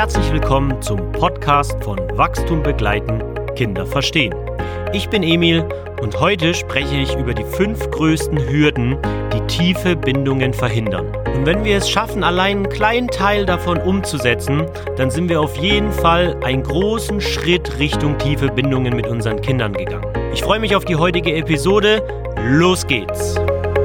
herzlich willkommen zum Podcast von Wachstum begleiten, Kinder verstehen. Ich bin Emil und heute spreche ich über die 5 größten Hürden, die tiefe Bindungen verhindern. Und wenn wir es schaffen, allein einen kleinen Teil davon umzusetzen, dann sind wir auf jeden Fall einen großen Schritt Richtung tiefe Bindungen mit unseren Kindern gegangen. Ich freue mich auf die heutige Episode. Los geht's!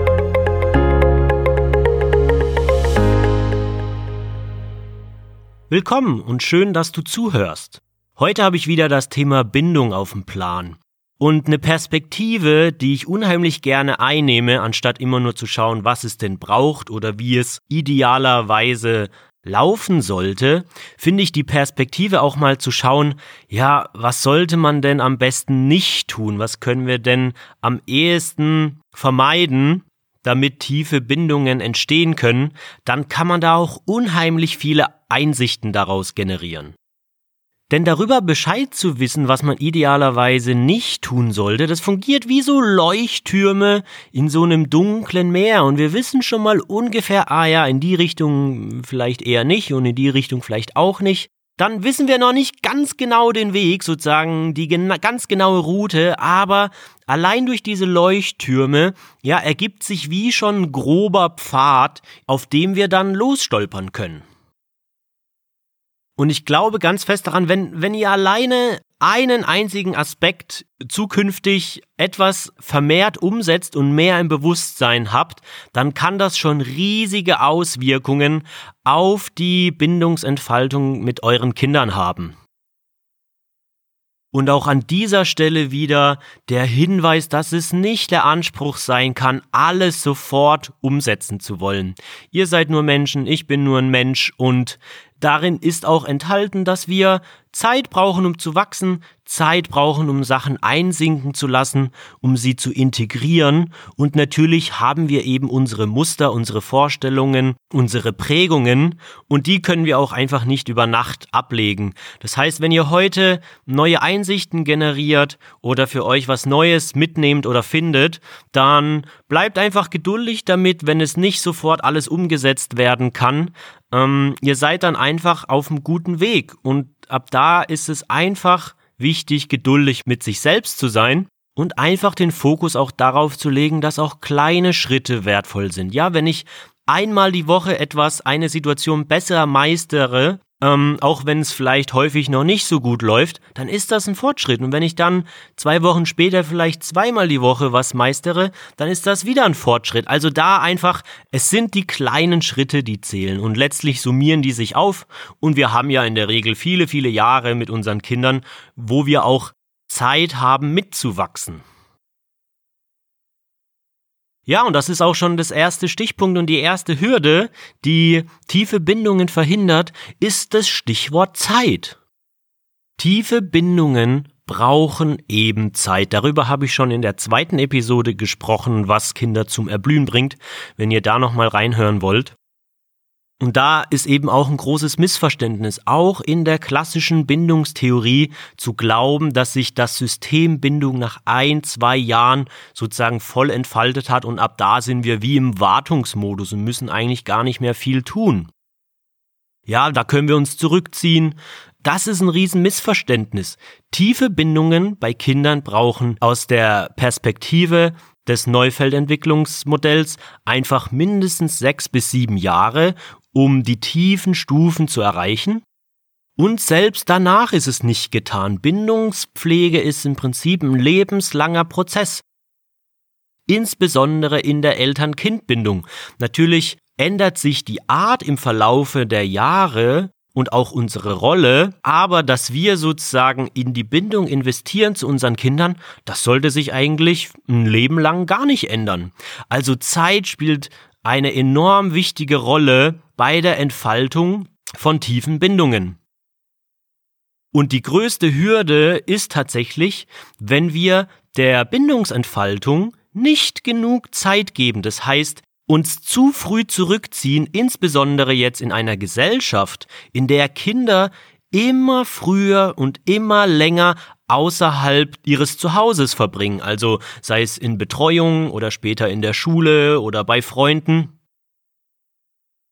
Willkommen und schön, dass du zuhörst. Heute habe ich wieder das Thema Bindung auf dem Plan. Und eine Perspektive, die ich unheimlich gerne einnehme, anstatt immer nur zu schauen, was es denn braucht oder wie es idealerweise laufen sollte, finde ich die Perspektive auch mal zu schauen, ja, was sollte man denn am besten nicht tun? Was können wir denn am ehesten vermeiden, damit tiefe Bindungen entstehen können? Dann kann man da auch unheimlich viele Einsichten daraus generieren. Denn darüber Bescheid zu wissen, was man idealerweise nicht tun sollte, das fungiert wie so Leuchttürme in so einem dunklen Meer. Und wir wissen schon mal ungefähr, in die Richtung vielleicht eher nicht und in die Richtung vielleicht auch nicht. Dann wissen wir noch nicht ganz genau den Weg, sozusagen die ganz genaue Route, aber allein durch diese Leuchttürme, ergibt sich wie schon ein grober Pfad, auf dem wir dann losstolpern können. Und ich glaube ganz fest daran, wenn ihr alleine einen einzigen Aspekt zukünftig etwas vermehrt umsetzt und mehr im Bewusstsein habt, dann kann das schon riesige Auswirkungen auf die Bindungsentfaltung mit euren Kindern haben. Und auch an dieser Stelle wieder der Hinweis, dass es nicht der Anspruch sein kann, alles sofort umsetzen zu wollen. Ihr seid nur Menschen, ich bin nur ein Mensch und darin ist auch enthalten, dass wir Zeit brauchen, um zu wachsen, Zeit brauchen, um Sachen einsinken zu lassen, um sie zu integrieren. Und natürlich haben wir eben unsere Muster, unsere Vorstellungen, unsere Prägungen und die können wir auch einfach nicht über Nacht ablegen. Das heißt, wenn ihr heute neue Einsichten generiert oder für euch was Neues mitnehmt oder findet, dann bleibt einfach geduldig damit, wenn es nicht sofort alles umgesetzt werden kann. Ihr seid dann einfach auf einem guten Weg und ab da ist es einfach wichtig, geduldig mit sich selbst zu sein und einfach den Fokus auch darauf zu legen, dass auch kleine Schritte wertvoll sind. Ja, wenn ich einmal die Woche eine Situation besser meistere, auch wenn es vielleicht häufig noch nicht so gut läuft, dann ist das ein Fortschritt. Und wenn ich dann 2 Wochen später vielleicht 2-mal die Woche was meistere, dann ist das wieder ein Fortschritt. Also da einfach, es sind die kleinen Schritte, die zählen und letztlich summieren die sich auf. Und wir haben ja in der Regel viele, viele Jahre mit unseren Kindern, wo wir auch Zeit haben mitzuwachsen. Ja, und das ist auch schon das erste Stichpunkt und die erste Hürde, die tiefe Bindungen verhindert, ist das Stichwort Zeit. Tiefe Bindungen brauchen eben Zeit. Darüber habe ich schon in der 2. Episode gesprochen, was Kinder zum Erblühen bringt, wenn ihr da nochmal reinhören wollt. Und da ist eben auch ein großes Missverständnis, auch in der klassischen Bindungstheorie zu glauben, dass sich das System Bindung nach 1-2 Jahren sozusagen voll entfaltet hat und ab da sind wir wie im Wartungsmodus und müssen eigentlich gar nicht mehr viel tun. Ja, da können wir uns zurückziehen. Das ist ein riesen Missverständnis. Tiefe Bindungen bei Kindern brauchen aus der Perspektive des Neufeldentwicklungsmodells einfach mindestens 6 bis 7 Jahre, um die tiefen Stufen zu erreichen. Und selbst danach ist es nicht getan. Bindungspflege ist im Prinzip ein lebenslanger Prozess. Insbesondere in der Eltern-Kind-Bindung. Natürlich ändert sich die Art im Verlaufe der Jahre und auch unsere Rolle, aber dass wir sozusagen in die Bindung investieren zu unseren Kindern, das sollte sich eigentlich ein Leben lang gar nicht ändern. Also Zeit spielt eine enorm wichtige Rolle bei der Entfaltung von tiefen Bindungen. Und die größte Hürde ist tatsächlich, wenn wir der Bindungsentfaltung nicht genug Zeit geben. Das heißt, uns zu früh zurückziehen, insbesondere jetzt in einer Gesellschaft, in der Kinder immer früher und immer länger außerhalb ihres Zuhauses verbringen, also sei es in Betreuung oder später in der Schule oder bei Freunden.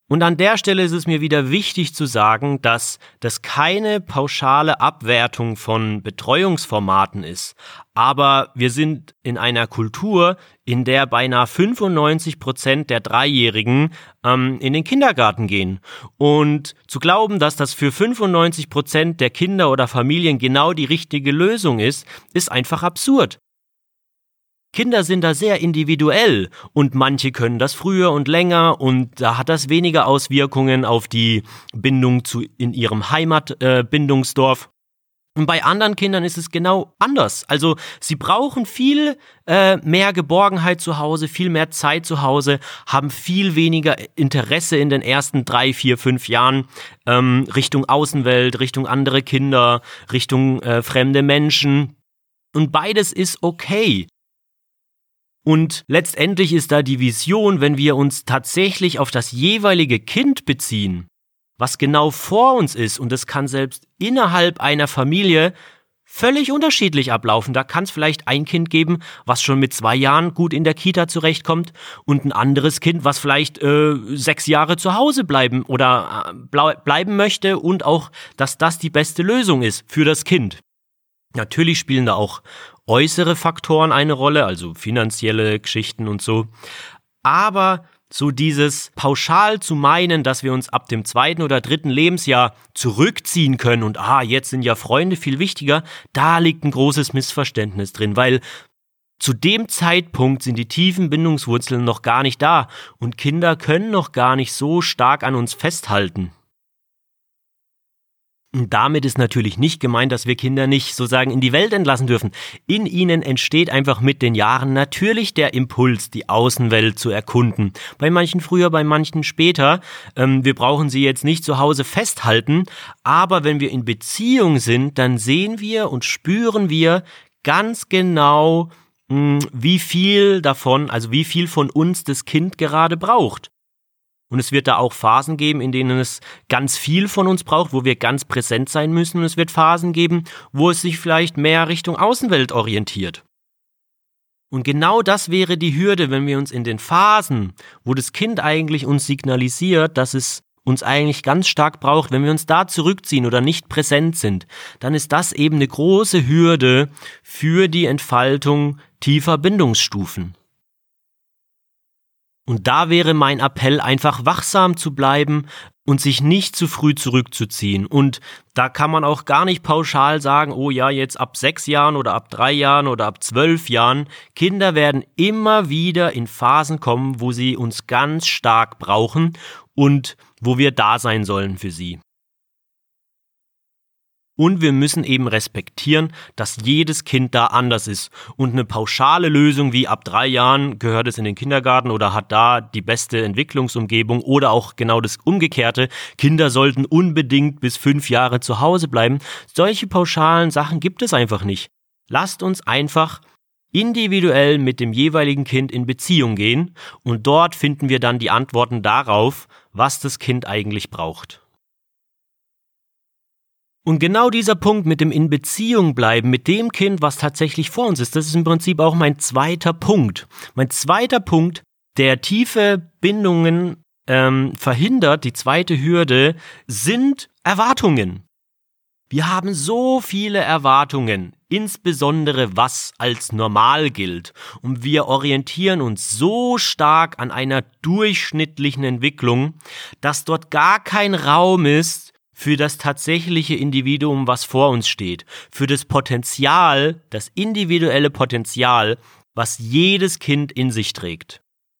Und an der Stelle ist es mir wieder wichtig zu sagen, dass das keine pauschale Abwertung von Betreuungsformaten ist. Aber wir sind in einer Kultur, in der beinahe 95% der Dreijährigen in den Kindergarten gehen. Und zu glauben, dass das für 95% der Kinder oder Familien genau die richtige Lösung ist einfach absurd. Kinder sind da sehr individuell und manche können das früher und länger und da hat das weniger Auswirkungen auf die Bindung in ihrem Heimatbindungsdorf. Und bei anderen Kindern ist es genau anders. Also sie brauchen viel mehr Geborgenheit zu Hause, viel mehr Zeit zu Hause, haben viel weniger Interesse in den ersten 3, 4, 5 Jahren Richtung Außenwelt, Richtung andere Kinder, Richtung fremde Menschen. Und beides ist okay. Und letztendlich ist da die Vision, wenn wir uns tatsächlich auf das jeweilige Kind beziehen, was genau vor uns ist, und das kann selbst innerhalb einer Familie völlig unterschiedlich ablaufen. Da kann es vielleicht ein Kind geben, was schon mit 2 Jahren gut in der Kita zurechtkommt und ein anderes Kind, was vielleicht 6 Jahre zu Hause bleiben oder bleiben möchte und auch, dass das die beste Lösung ist für das Kind. Natürlich spielen da auch äußere Faktoren eine Rolle, also finanzielle Geschichten und so. Aber so dieses pauschal zu meinen, dass wir uns ab dem 2. oder 3. Lebensjahr zurückziehen können und jetzt sind ja Freunde viel wichtiger, da liegt ein großes Missverständnis drin, weil zu dem Zeitpunkt sind die tiefen Bindungswurzeln noch gar nicht da und Kinder können noch gar nicht so stark an uns festhalten. Und damit ist natürlich nicht gemeint, dass wir Kinder nicht sozusagen in die Welt entlassen dürfen. In ihnen entsteht einfach mit den Jahren natürlich der Impuls, die Außenwelt zu erkunden. Bei manchen früher, bei manchen später. Wir brauchen sie jetzt nicht zu Hause festhalten, aber wenn wir in Beziehung sind, dann sehen wir und spüren wir ganz genau, wie viel davon, also wie viel von uns das Kind gerade braucht. Und es wird da auch Phasen geben, in denen es ganz viel von uns braucht, wo wir ganz präsent sein müssen. Und es wird Phasen geben, wo es sich vielleicht mehr Richtung Außenwelt orientiert. Und genau das wäre die Hürde, wenn wir uns in den Phasen, wo das Kind eigentlich uns signalisiert, dass es uns eigentlich ganz stark braucht, wenn wir uns da zurückziehen oder nicht präsent sind, dann ist das eben eine große Hürde für die Entfaltung tiefer Bindungsstufen. Und da wäre mein Appell, einfach wachsam zu bleiben und sich nicht zu früh zurückzuziehen. Und da kann man auch gar nicht pauschal sagen, jetzt ab 6 Jahren oder ab 3 Jahren oder ab 12 Jahren. Kinder werden immer wieder in Phasen kommen, wo sie uns ganz stark brauchen und wo wir da sein sollen für sie. Und wir müssen eben respektieren, dass jedes Kind da anders ist. Und eine pauschale Lösung wie ab 3 Jahren gehört es in den Kindergarten oder hat da die beste Entwicklungsumgebung oder auch genau das Umgekehrte. Kinder sollten unbedingt bis 5 Jahre zu Hause bleiben. Solche pauschalen Sachen gibt es einfach nicht. Lasst uns einfach individuell mit dem jeweiligen Kind in Beziehung gehen und dort finden wir dann die Antworten darauf, was das Kind eigentlich braucht. Und genau dieser Punkt mit dem in Beziehung bleiben, mit dem Kind, was tatsächlich vor uns ist, das ist im Prinzip auch mein zweiter Punkt. Mein zweiter Punkt, der tiefe Bindungen verhindert, die zweite Hürde, sind Erwartungen. Wir haben so viele Erwartungen, insbesondere was als normal gilt. Und wir orientieren uns so stark an einer durchschnittlichen Entwicklung, dass dort gar kein Raum ist für das tatsächliche Individuum, was vor uns steht, für das Potenzial, das individuelle Potenzial, was jedes Kind in sich trägt.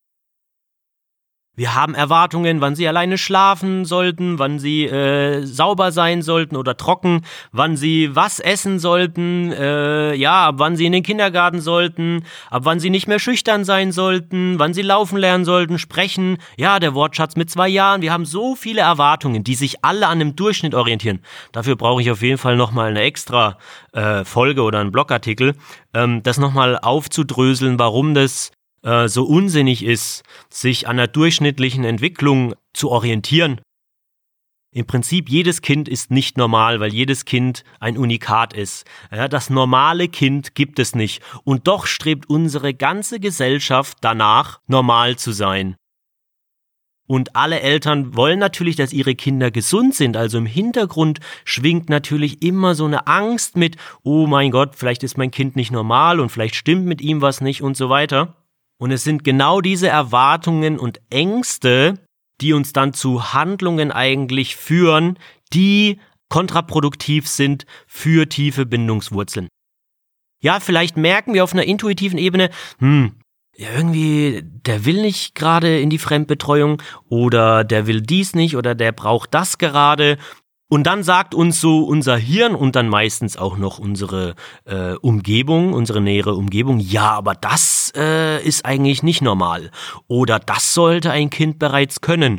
Wir haben Erwartungen, wann sie alleine schlafen sollten, wann sie sauber sein sollten oder trocken, wann sie was essen sollten, ab wann sie in den Kindergarten sollten, ab wann sie nicht mehr schüchtern sein sollten, wann sie laufen lernen sollten, sprechen, der Wortschatz mit 2 Jahren. Wir haben so viele Erwartungen, die sich alle an einem Durchschnitt orientieren. Dafür brauche ich auf jeden Fall nochmal eine extra Folge oder einen Blogartikel, das nochmal aufzudröseln, warum das so unsinnig ist, sich an der durchschnittlichen Entwicklung zu orientieren. Im Prinzip, jedes Kind ist nicht normal, weil jedes Kind ein Unikat ist. Ja, das normale Kind gibt es nicht. Und doch strebt unsere ganze Gesellschaft danach, normal zu sein. Und alle Eltern wollen natürlich, dass ihre Kinder gesund sind. Also im Hintergrund schwingt natürlich immer so eine Angst mit, oh mein Gott, vielleicht ist mein Kind nicht normal und vielleicht stimmt mit ihm was nicht und so weiter. Und es sind genau diese Erwartungen und Ängste, die uns dann zu Handlungen eigentlich führen, die kontraproduktiv sind für tiefe Bindungswurzeln. Ja, vielleicht merken wir auf einer intuitiven Ebene, ja, irgendwie, der will nicht gerade in die Fremdbetreuung oder der will dies nicht oder der braucht das gerade. Und dann sagt uns so unser Hirn und dann meistens auch noch unsere Umgebung, unsere nähere Umgebung, ja, aber das ist eigentlich nicht normal oder das sollte ein Kind bereits können.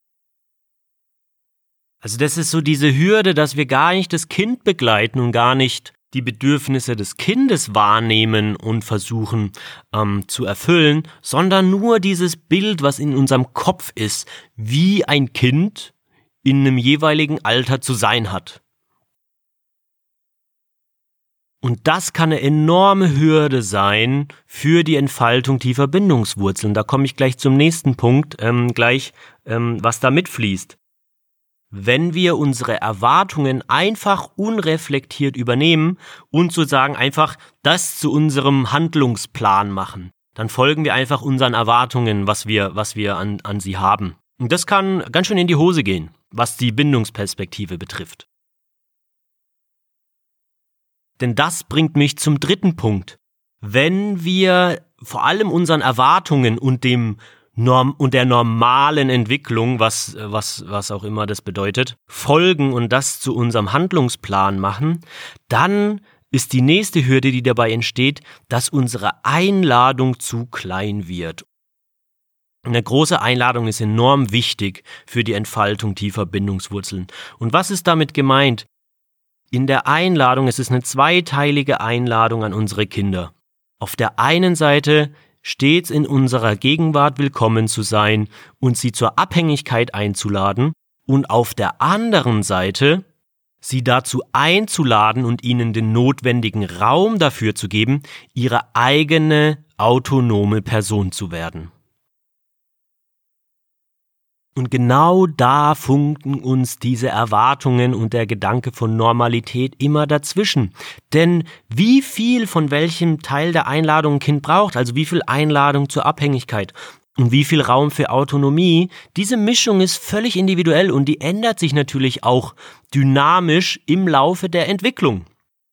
Also das ist so diese Hürde, dass wir gar nicht das Kind begleiten und gar nicht die Bedürfnisse des Kindes wahrnehmen und versuchen zu erfüllen, sondern nur dieses Bild, was in unserem Kopf ist, wie ein Kind in einem jeweiligen Alter zu sein hat. Und das kann eine enorme Hürde sein für die Entfaltung tiefer Bindungswurzeln. Da komme ich gleich zum nächsten Punkt, was da mitfließt. Wenn wir unsere Erwartungen einfach unreflektiert übernehmen und sozusagen einfach das zu unserem Handlungsplan machen, dann folgen wir einfach unseren Erwartungen, was wir an sie haben. Und das kann ganz schön in die Hose gehen, was die Bindungsperspektive betrifft. Denn das bringt mich zum dritten Punkt. Wenn wir vor allem unseren Erwartungen und der normalen Entwicklung, was auch immer das bedeutet, folgen und das zu unserem Handlungsplan machen, dann ist die nächste Hürde, die dabei entsteht, dass unsere Einladung zu klein wird. Eine große Einladung ist enorm wichtig für die Entfaltung tiefer Bindungswurzeln. Und was ist damit gemeint? In der Einladung, es ist eine zweiteilige Einladung an unsere Kinder. Auf der einen Seite stets in unserer Gegenwart willkommen zu sein und sie zur Abhängigkeit einzuladen und auf der anderen Seite sie dazu einzuladen und ihnen den notwendigen Raum dafür zu geben, ihre eigene autonome Person zu werden. Und genau da funken uns diese Erwartungen und der Gedanke von Normalität immer dazwischen. Denn wie viel von welchem Teil der Einladung ein Kind braucht, also wie viel Einladung zur Abhängigkeit und wie viel Raum für Autonomie, diese Mischung ist völlig individuell und die ändert sich natürlich auch dynamisch im Laufe der Entwicklung.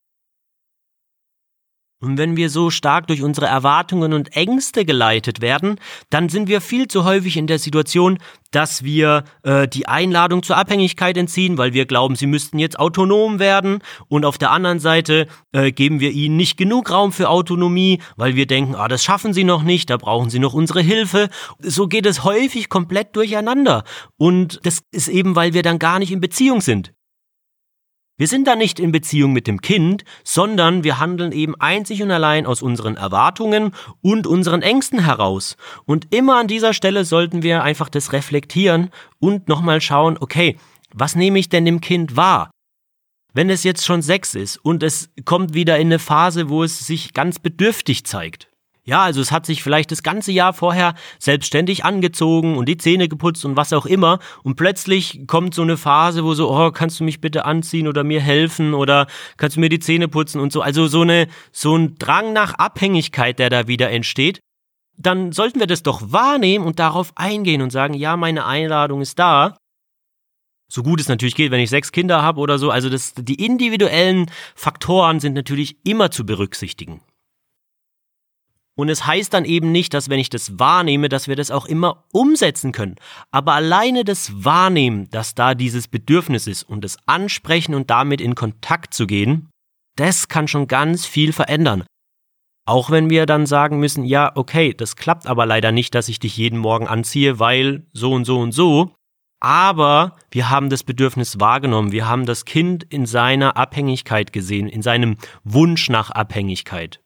Und wenn wir so stark durch unsere Erwartungen und Ängste geleitet werden, dann sind wir viel zu häufig in der Situation, dass wir die Einladung zur Abhängigkeit entziehen, weil wir glauben, sie müssten jetzt autonom werden. Und auf der anderen Seite geben wir ihnen nicht genug Raum für Autonomie, weil wir denken, das schaffen sie noch nicht, da brauchen sie noch unsere Hilfe. So geht es häufig komplett durcheinander. Und das ist eben, weil wir dann gar nicht in Beziehung sind. Wir sind da nicht in Beziehung mit dem Kind, sondern wir handeln eben einzig und allein aus unseren Erwartungen und unseren Ängsten heraus. Und immer an dieser Stelle sollten wir einfach das reflektieren und nochmal schauen, okay, was nehme ich denn dem Kind wahr? Wenn es jetzt schon 6 ist und es kommt wieder in eine Phase, wo es sich ganz bedürftig zeigt. Ja, also es hat sich vielleicht das ganze Jahr vorher selbstständig angezogen und die Zähne geputzt und was auch immer und plötzlich kommt so eine Phase, wo so, kannst du mich bitte anziehen oder mir helfen oder kannst du mir die Zähne putzen und so. Also so ein Drang nach Abhängigkeit, der da wieder entsteht. Dann sollten wir das doch wahrnehmen und darauf eingehen und sagen, ja, meine Einladung ist da. So gut es natürlich geht, wenn ich 6 Kinder habe oder so. Also die individuellen Faktoren sind natürlich immer zu berücksichtigen. Und es heißt dann eben nicht, dass wenn ich das wahrnehme, dass wir das auch immer umsetzen können. Aber alleine das Wahrnehmen, dass da dieses Bedürfnis ist und das Ansprechen und damit in Kontakt zu gehen, das kann schon ganz viel verändern. Auch wenn wir dann sagen müssen, ja, okay, das klappt aber leider nicht, dass ich dich jeden Morgen anziehe, weil so und so und so. Aber wir haben das Bedürfnis wahrgenommen, wir haben das Kind in seiner Abhängigkeit gesehen, in seinem Wunsch nach Abhängigkeit.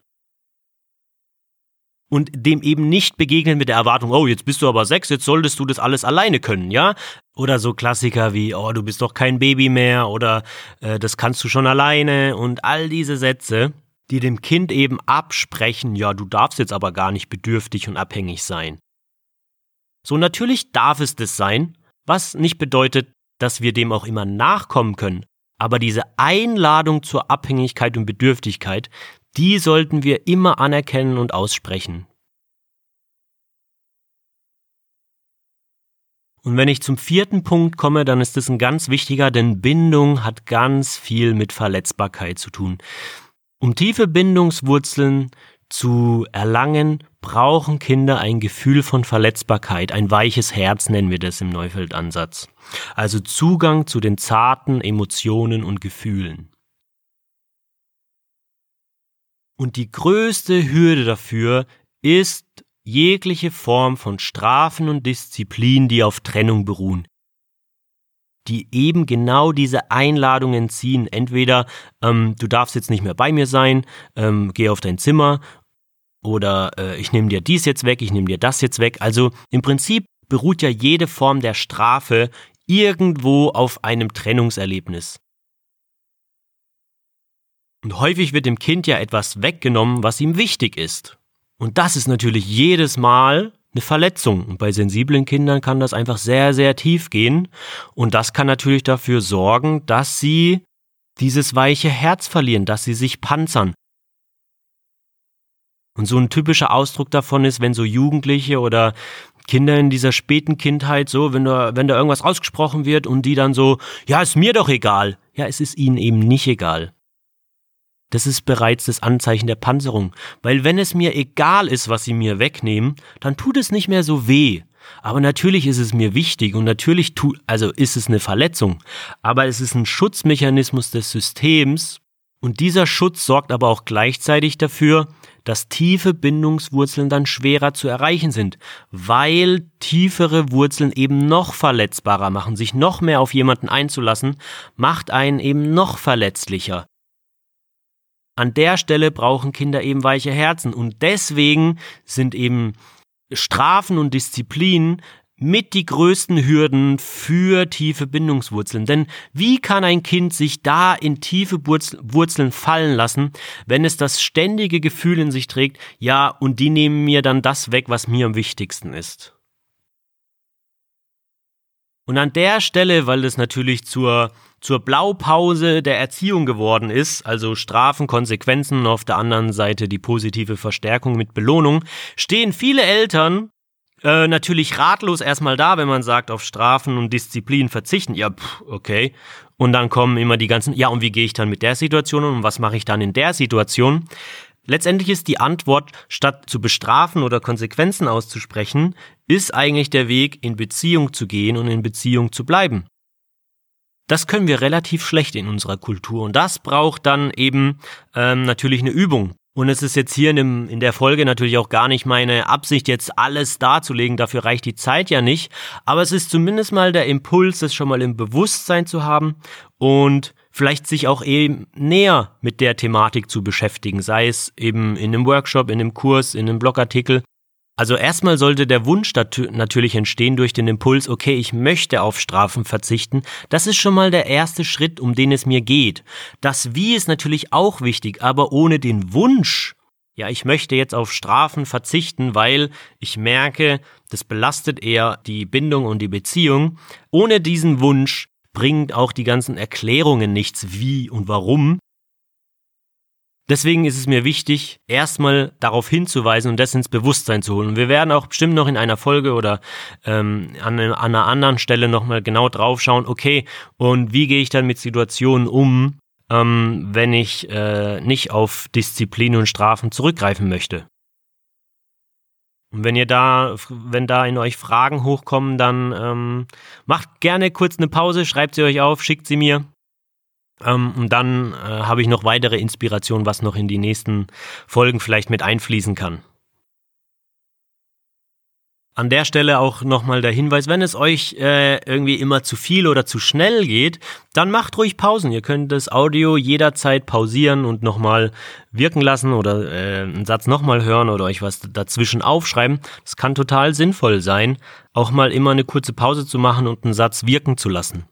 Und dem eben nicht begegnen mit der Erwartung, oh, jetzt bist du aber 6, jetzt solltest du das alles alleine können, ja? Oder so Klassiker wie, oh, du bist doch kein Baby mehr oder das kannst du schon alleine und all diese Sätze, die dem Kind eben absprechen, ja, du darfst jetzt aber gar nicht bedürftig und abhängig sein. So, natürlich darf es das sein, was nicht bedeutet, dass wir dem auch immer nachkommen können. Aber diese Einladung zur Abhängigkeit und Bedürftigkeit, die sollten wir immer anerkennen und aussprechen. Und wenn ich zum 4. Punkt komme, dann ist das ein ganz wichtiger, denn Bindung hat ganz viel mit Verletzbarkeit zu tun. Um tiefe Bindungswurzeln zu erlangen, brauchen Kinder ein Gefühl von Verletzbarkeit, ein weiches Herz nennen wir das im Neufeld-Ansatz. Also Zugang zu den zarten Emotionen und Gefühlen. Und die größte Hürde dafür ist jegliche Form von Strafen und Disziplin, die auf Trennung beruhen, die eben genau diese Einladungen ziehen. Entweder du darfst jetzt nicht mehr bei mir sein, geh auf dein Zimmer oder ich nehme dir dies jetzt weg, ich nehme dir das jetzt weg. Also im Prinzip beruht ja jede Form der Strafe irgendwo auf einem Trennungserlebnis. Und häufig wird dem Kind ja etwas weggenommen, was ihm wichtig ist. Und das ist natürlich jedes Mal eine Verletzung. Und bei sensiblen Kindern kann das einfach sehr, sehr tief gehen. Und das kann natürlich dafür sorgen, dass sie dieses weiche Herz verlieren, dass sie sich panzern. Und so ein typischer Ausdruck davon ist, wenn so Jugendliche oder Kinder in dieser späten Kindheit so, wenn da irgendwas ausgesprochen wird und die dann so, ja, ist mir doch egal. Ja, es ist ihnen eben nicht egal. Das ist bereits das Anzeichen der Panzerung. Weil wenn es mir egal ist, was sie mir wegnehmen, dann tut es nicht mehr so weh. Aber natürlich ist es mir wichtig und natürlich ist es eine Verletzung. Aber es ist ein Schutzmechanismus des Systems und dieser Schutz sorgt aber auch gleichzeitig dafür, dass tiefe Bindungswurzeln dann schwerer zu erreichen sind, weil tiefere Wurzeln eben noch verletzbarer machen. Sich noch mehr auf jemanden einzulassen, macht einen eben noch verletzlicher. An der Stelle brauchen Kinder eben weiche Herzen und deswegen sind eben Strafen und Disziplin mit die größten Hürden für tiefe Bindungswurzeln. Denn wie kann ein Kind sich da in tiefe Wurzeln fallen lassen, wenn es das ständige Gefühl in sich trägt, ja, und die nehmen mir dann das weg, was mir am wichtigsten ist. Und an der Stelle, weil das natürlich zur Blaupause der Erziehung geworden ist, also Strafen, Konsequenzen und auf der anderen Seite die positive Verstärkung mit Belohnung, stehen viele Eltern natürlich ratlos erstmal da, wenn man sagt, auf Strafen und Disziplin verzichten. Ja, okay. Und dann kommen immer die ganzen, ja, und wie gehe ich dann mit der Situation um und was mache ich dann in der Situation? Letztendlich ist die Antwort, statt zu bestrafen oder Konsequenzen auszusprechen, ist eigentlich der Weg, in Beziehung zu gehen und in Beziehung zu bleiben. Das können wir relativ schlecht in unserer Kultur und das braucht dann eben natürlich eine Übung. Und es ist jetzt hier in der Folge natürlich auch gar nicht meine Absicht, jetzt alles darzulegen, dafür reicht die Zeit ja nicht. Aber es ist zumindest mal der Impuls, das schon mal im Bewusstsein zu haben und vielleicht sich auch eben näher mit der Thematik zu beschäftigen, sei es eben in einem Workshop, in einem Kurs, in einem Blogartikel. Also erstmal sollte der Wunsch natürlich entstehen durch den Impuls, okay, ich möchte auf Strafen verzichten. Das ist schon mal der erste Schritt, um den es mir geht. Das Wie ist natürlich auch wichtig, aber ohne den Wunsch, ja, ich möchte jetzt auf Strafen verzichten, weil ich merke, das belastet eher die Bindung und die Beziehung. Ohne diesen Wunsch bringt auch die ganzen Erklärungen nichts, wie und warum. Deswegen ist es mir wichtig, erstmal darauf hinzuweisen und das ins Bewusstsein zu holen. Und wir werden auch bestimmt noch in einer Folge oder an einer anderen Stelle nochmal genau drauf schauen, okay, und wie gehe ich dann mit Situationen um, wenn ich nicht auf Disziplin und Strafen zurückgreifen möchte. Und wenn da in euch Fragen hochkommen, dann macht gerne kurz eine Pause, schreibt sie euch auf, schickt sie mir. Und dann habe ich noch weitere Inspirationen, was noch in die nächsten Folgen vielleicht mit einfließen kann. An der Stelle auch nochmal der Hinweis, wenn es euch irgendwie immer zu viel oder zu schnell geht, dann macht ruhig Pausen. Ihr könnt das Audio jederzeit pausieren und nochmal wirken lassen oder einen Satz nochmal hören oder euch was dazwischen aufschreiben. Das kann total sinnvoll sein, auch mal immer eine kurze Pause zu machen und einen Satz wirken zu lassen.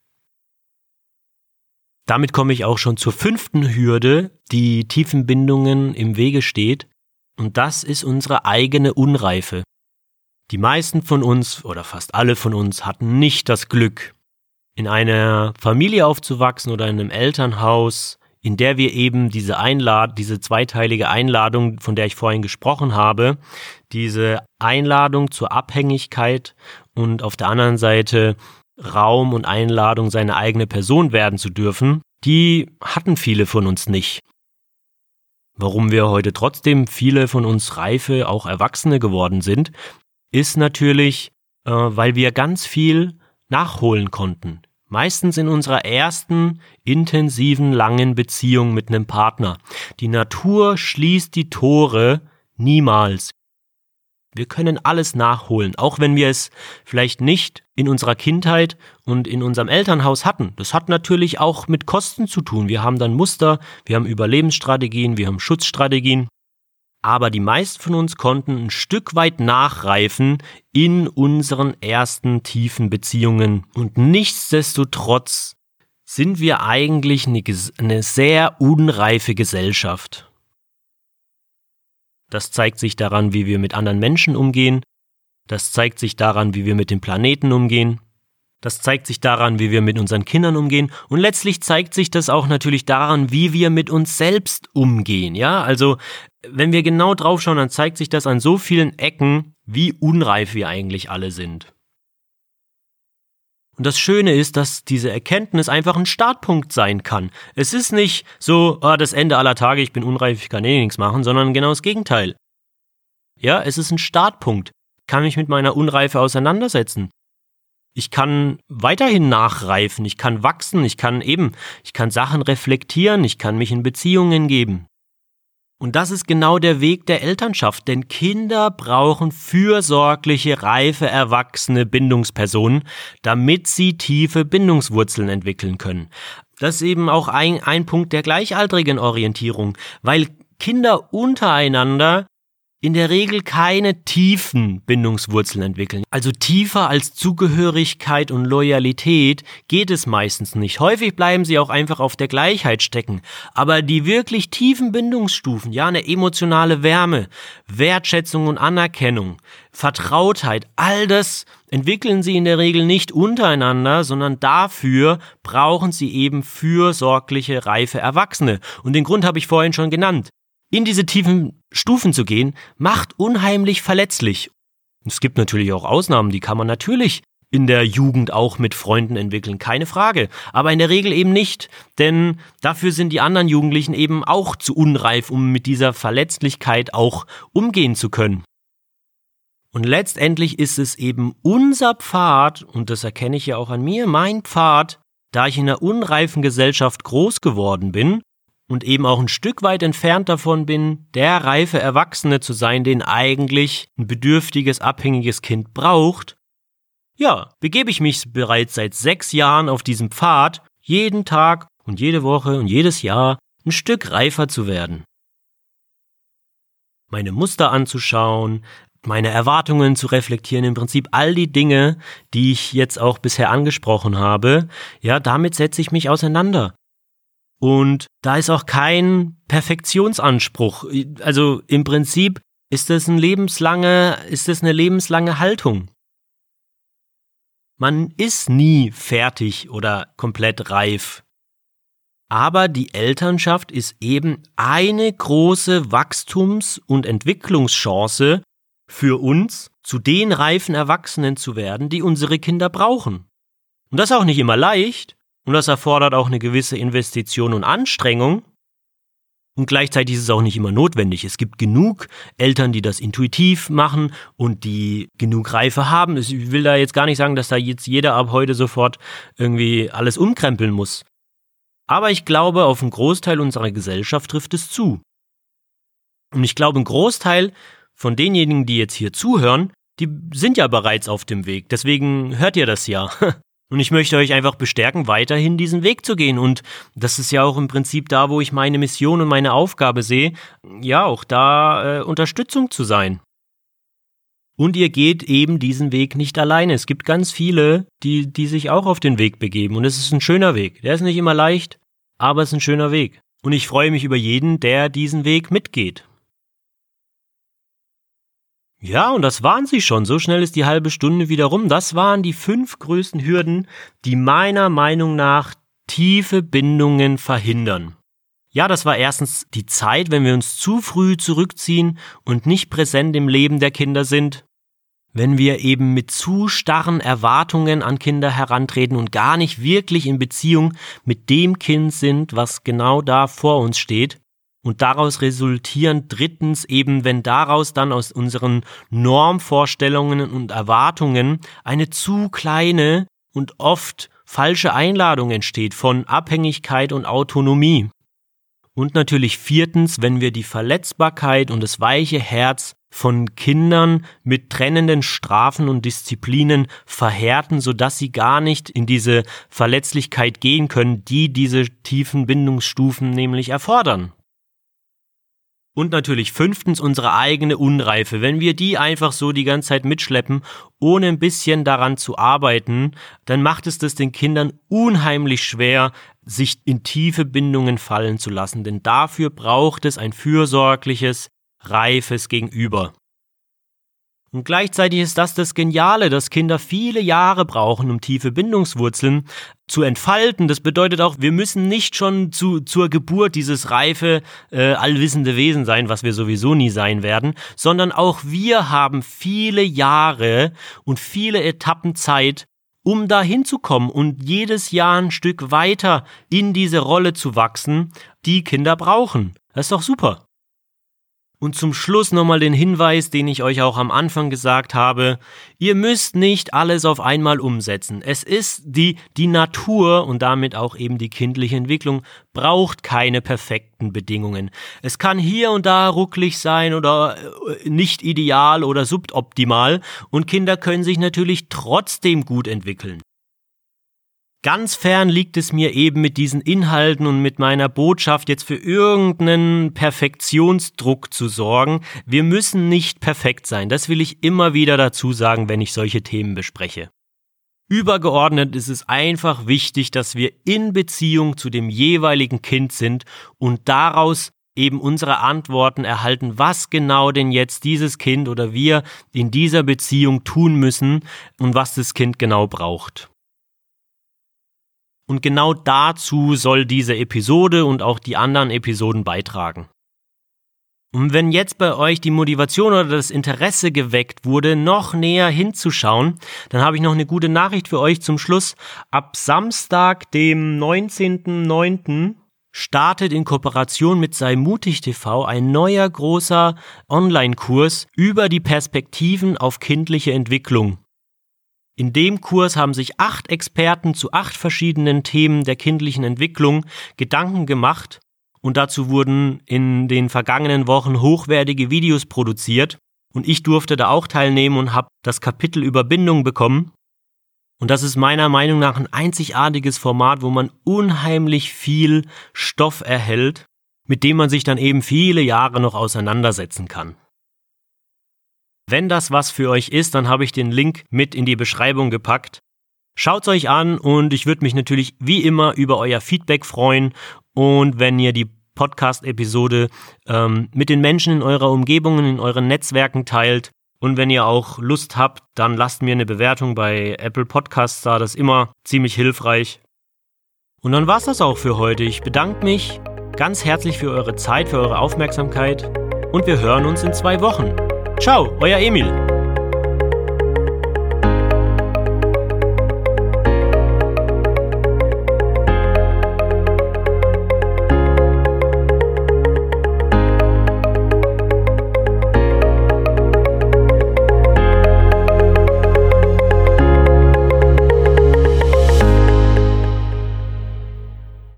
Damit komme ich auch schon zur 5. Hürde, die tiefen Bindungen im Wege steht. Und das ist unsere eigene Unreife. Die meisten von uns oder fast alle von uns hatten nicht das Glück, in einer Familie aufzuwachsen oder in einem Elternhaus, in der wir eben diese zweiteilige Einladung, von der ich vorhin gesprochen habe, diese Einladung zur Abhängigkeit und auf der anderen Seite Raum und Einladung, seine eigene Person werden zu dürfen, die hatten viele von uns nicht. Warum wir heute trotzdem viele von uns reife, auch Erwachsene geworden sind, ist natürlich, weil wir ganz viel nachholen konnten. Meistens in unserer ersten, intensiven, langen Beziehung mit einem Partner. Die Natur schließt die Tore niemals. Wir können alles nachholen, auch wenn wir es vielleicht nicht in unserer Kindheit und in unserem Elternhaus hatten. Das hat natürlich auch mit Kosten zu tun. Wir haben dann Muster, wir haben Überlebensstrategien, wir haben Schutzstrategien. Aber die meisten von uns konnten ein Stück weit nachreifen in unseren ersten tiefen Beziehungen. Und nichtsdestotrotz sind wir eigentlich eine sehr unreife Gesellschaft. Das zeigt sich daran, wie wir mit anderen Menschen umgehen. Das zeigt sich daran, wie wir mit dem Planeten umgehen. Das zeigt sich daran, wie wir mit unseren Kindern umgehen. Und letztlich zeigt sich das auch natürlich daran, wie wir mit uns selbst umgehen. Ja, also wenn wir genau drauf schauen, dann zeigt sich das an so vielen Ecken, wie unreif wir eigentlich alle sind. Und das Schöne ist, dass diese Erkenntnis einfach ein Startpunkt sein kann. Es ist nicht so, das Ende aller Tage, ich bin unreif, ich kann nichts machen, sondern genau das Gegenteil. Ja, es ist ein Startpunkt. Ich kann mich mit meiner Unreife auseinandersetzen. Ich kann weiterhin nachreifen, ich kann wachsen, ich kann Sachen reflektieren, ich kann mich in Beziehungen geben. Und das ist genau der Weg der Elternschaft, denn Kinder brauchen fürsorgliche, reife, erwachsene Bindungspersonen, damit sie tiefe Bindungswurzeln entwickeln können. Das ist eben auch ein Punkt der gleichaltrigen Orientierung, weil Kinder untereinander in der Regel keine tiefen Bindungswurzeln entwickeln. Also tiefer als Zugehörigkeit und Loyalität geht es meistens nicht. Häufig bleiben sie auch einfach auf der Gleichheit stecken. Aber die wirklich tiefen Bindungsstufen, ja, eine emotionale Wärme, Wertschätzung und Anerkennung, Vertrautheit, all das entwickeln sie in der Regel nicht untereinander, sondern dafür brauchen sie eben fürsorgliche, reife Erwachsene. Und den Grund habe ich vorhin schon genannt. In diese tiefen Stufen zu gehen, macht unheimlich verletzlich. Es gibt natürlich auch Ausnahmen, die kann man natürlich in der Jugend auch mit Freunden entwickeln, keine Frage. Aber in der Regel eben nicht, denn dafür sind die anderen Jugendlichen eben auch zu unreif, um mit dieser Verletzlichkeit auch umgehen zu können. Und letztendlich ist es eben unser Pfad, und das erkenne ich ja auch an mir, mein Pfad, da ich in einer unreifen Gesellschaft groß geworden bin, und eben auch ein Stück weit entfernt davon bin, der reife Erwachsene zu sein, den eigentlich ein bedürftiges, abhängiges Kind braucht, ja, begebe ich mich bereits seit 6 Jahren auf diesem Pfad, jeden Tag und jede Woche und jedes Jahr ein Stück reifer zu werden. Meine Muster anzuschauen, meine Erwartungen zu reflektieren, im Prinzip all die Dinge, die ich jetzt auch bisher angesprochen habe, ja, damit setze ich mich auseinander. Und da ist auch kein Perfektionsanspruch. Also im Prinzip ist das eine lebenslange Haltung. Man ist nie fertig oder komplett reif. Aber die Elternschaft ist eben eine große Wachstums- und Entwicklungschance für uns, zu den reifen Erwachsenen zu werden, die unsere Kinder brauchen. Und das ist auch nicht immer leicht. Und das erfordert auch eine gewisse Investition und Anstrengung. Und gleichzeitig ist es auch nicht immer notwendig. Es gibt genug Eltern, die das intuitiv machen und die genug Reife haben. Ich will da jetzt gar nicht sagen, dass da jetzt jeder ab heute sofort irgendwie alles umkrempeln muss. Aber ich glaube, auf einen Großteil unserer Gesellschaft trifft es zu. Und ich glaube, ein Großteil von denjenigen, die jetzt hier zuhören, die sind ja bereits auf dem Weg. Deswegen hört ihr das ja. Und ich möchte euch einfach bestärken, weiterhin diesen Weg zu gehen. Und das ist ja auch im Prinzip da, wo ich meine Mission und meine Aufgabe sehe, ja, auch da Unterstützung zu sein. Und ihr geht eben diesen Weg nicht alleine. Es gibt ganz viele, die sich auch auf den Weg begeben. Und es ist ein schöner Weg. Der ist nicht immer leicht, aber es ist ein schöner Weg. Und ich freue mich über jeden, der diesen Weg mitgeht. Ja, und das waren sie schon. So schnell ist die halbe Stunde wieder rum. Das waren die 5 größten Hürden, die meiner Meinung nach tiefe Bindungen verhindern. Ja, das war erstens die Zeit, wenn wir uns zu früh zurückziehen und nicht präsent im Leben der Kinder sind. Wenn wir eben mit zu starren Erwartungen an Kinder herantreten und gar nicht wirklich in Beziehung mit dem Kind sind, was genau da vor uns steht. Und daraus resultieren drittens eben, wenn daraus dann aus unseren Normvorstellungen und Erwartungen eine zu kleine und oft falsche Einladung entsteht von Abhängigkeit und Autonomie. Und natürlich viertens, wenn wir die Verletzbarkeit und das weiche Herz von Kindern mit trennenden Strafen und Disziplinen verhärten, sodass sie gar nicht in diese Verletzlichkeit gehen können, die diese tiefen Bindungsstufen nämlich erfordern. Und natürlich 5. unsere eigene Unreife. Wenn wir die einfach so die ganze Zeit mitschleppen, ohne ein bisschen daran zu arbeiten, dann macht es das den Kindern unheimlich schwer, sich in tiefe Bindungen fallen zu lassen. Denn dafür braucht es ein fürsorgliches, reifes Gegenüber. Und gleichzeitig ist das Geniale, dass Kinder viele Jahre brauchen, um tiefe Bindungswurzeln zu entfalten. Das bedeutet auch, wir müssen nicht schon zur Geburt dieses reife, allwissende Wesen sein, was wir sowieso nie sein werden, sondern auch wir haben viele Jahre und viele Etappen Zeit, um da hinzukommen und jedes Jahr ein Stück weiter in diese Rolle zu wachsen, die Kinder brauchen. Das ist doch super. Und zum Schluss nochmal den Hinweis, den ich euch auch am Anfang gesagt habe. Ihr müsst nicht alles auf einmal umsetzen. Es ist die Natur und damit auch eben die kindliche Entwicklung braucht keine perfekten Bedingungen. Es kann hier und da ruckelig sein oder nicht ideal oder suboptimal und Kinder können sich natürlich trotzdem gut entwickeln. Ganz fern liegt es mir eben mit diesen Inhalten und mit meiner Botschaft jetzt für irgendeinen Perfektionsdruck zu sorgen. Wir müssen nicht perfekt sein. Das will ich immer wieder dazu sagen, wenn ich solche Themen bespreche. Übergeordnet ist es einfach wichtig, dass wir in Beziehung zu dem jeweiligen Kind sind und daraus eben unsere Antworten erhalten, was genau denn jetzt dieses Kind oder wir in dieser Beziehung tun müssen und was das Kind genau braucht. Und genau dazu soll diese Episode und auch die anderen Episoden beitragen. Und wenn jetzt bei euch die Motivation oder das Interesse geweckt wurde, noch näher hinzuschauen, dann habe ich noch eine gute Nachricht für euch zum Schluss. Ab Samstag, dem 19.09., startet in Kooperation mit Sei Mutig TV ein neuer großer Online-Kurs über die Perspektiven auf kindliche Entwicklung. In dem Kurs haben sich 8 Experten zu 8 verschiedenen Themen der kindlichen Entwicklung Gedanken gemacht und dazu wurden in den vergangenen Wochen hochwertige Videos produziert und ich durfte da auch teilnehmen und habe das Kapitel über Bindung bekommen. Und das ist meiner Meinung nach ein einzigartiges Format, wo man unheimlich viel Stoff erhält, mit dem man sich dann eben viele Jahre noch auseinandersetzen kann. Wenn das was für euch ist, dann habe ich den Link mit in die Beschreibung gepackt. Schaut's euch an und ich würde mich natürlich wie immer über euer Feedback freuen und wenn ihr die Podcast-Episode mit den Menschen in eurer Umgebung, in euren Netzwerken teilt und wenn ihr auch Lust habt, dann lasst mir eine Bewertung bei Apple Podcasts da, das ist immer ziemlich hilfreich. Und dann war's das auch für heute. Ich bedanke mich ganz herzlich für eure Zeit, für eure Aufmerksamkeit und wir hören uns in 2 Wochen. Ciao, euer Emil.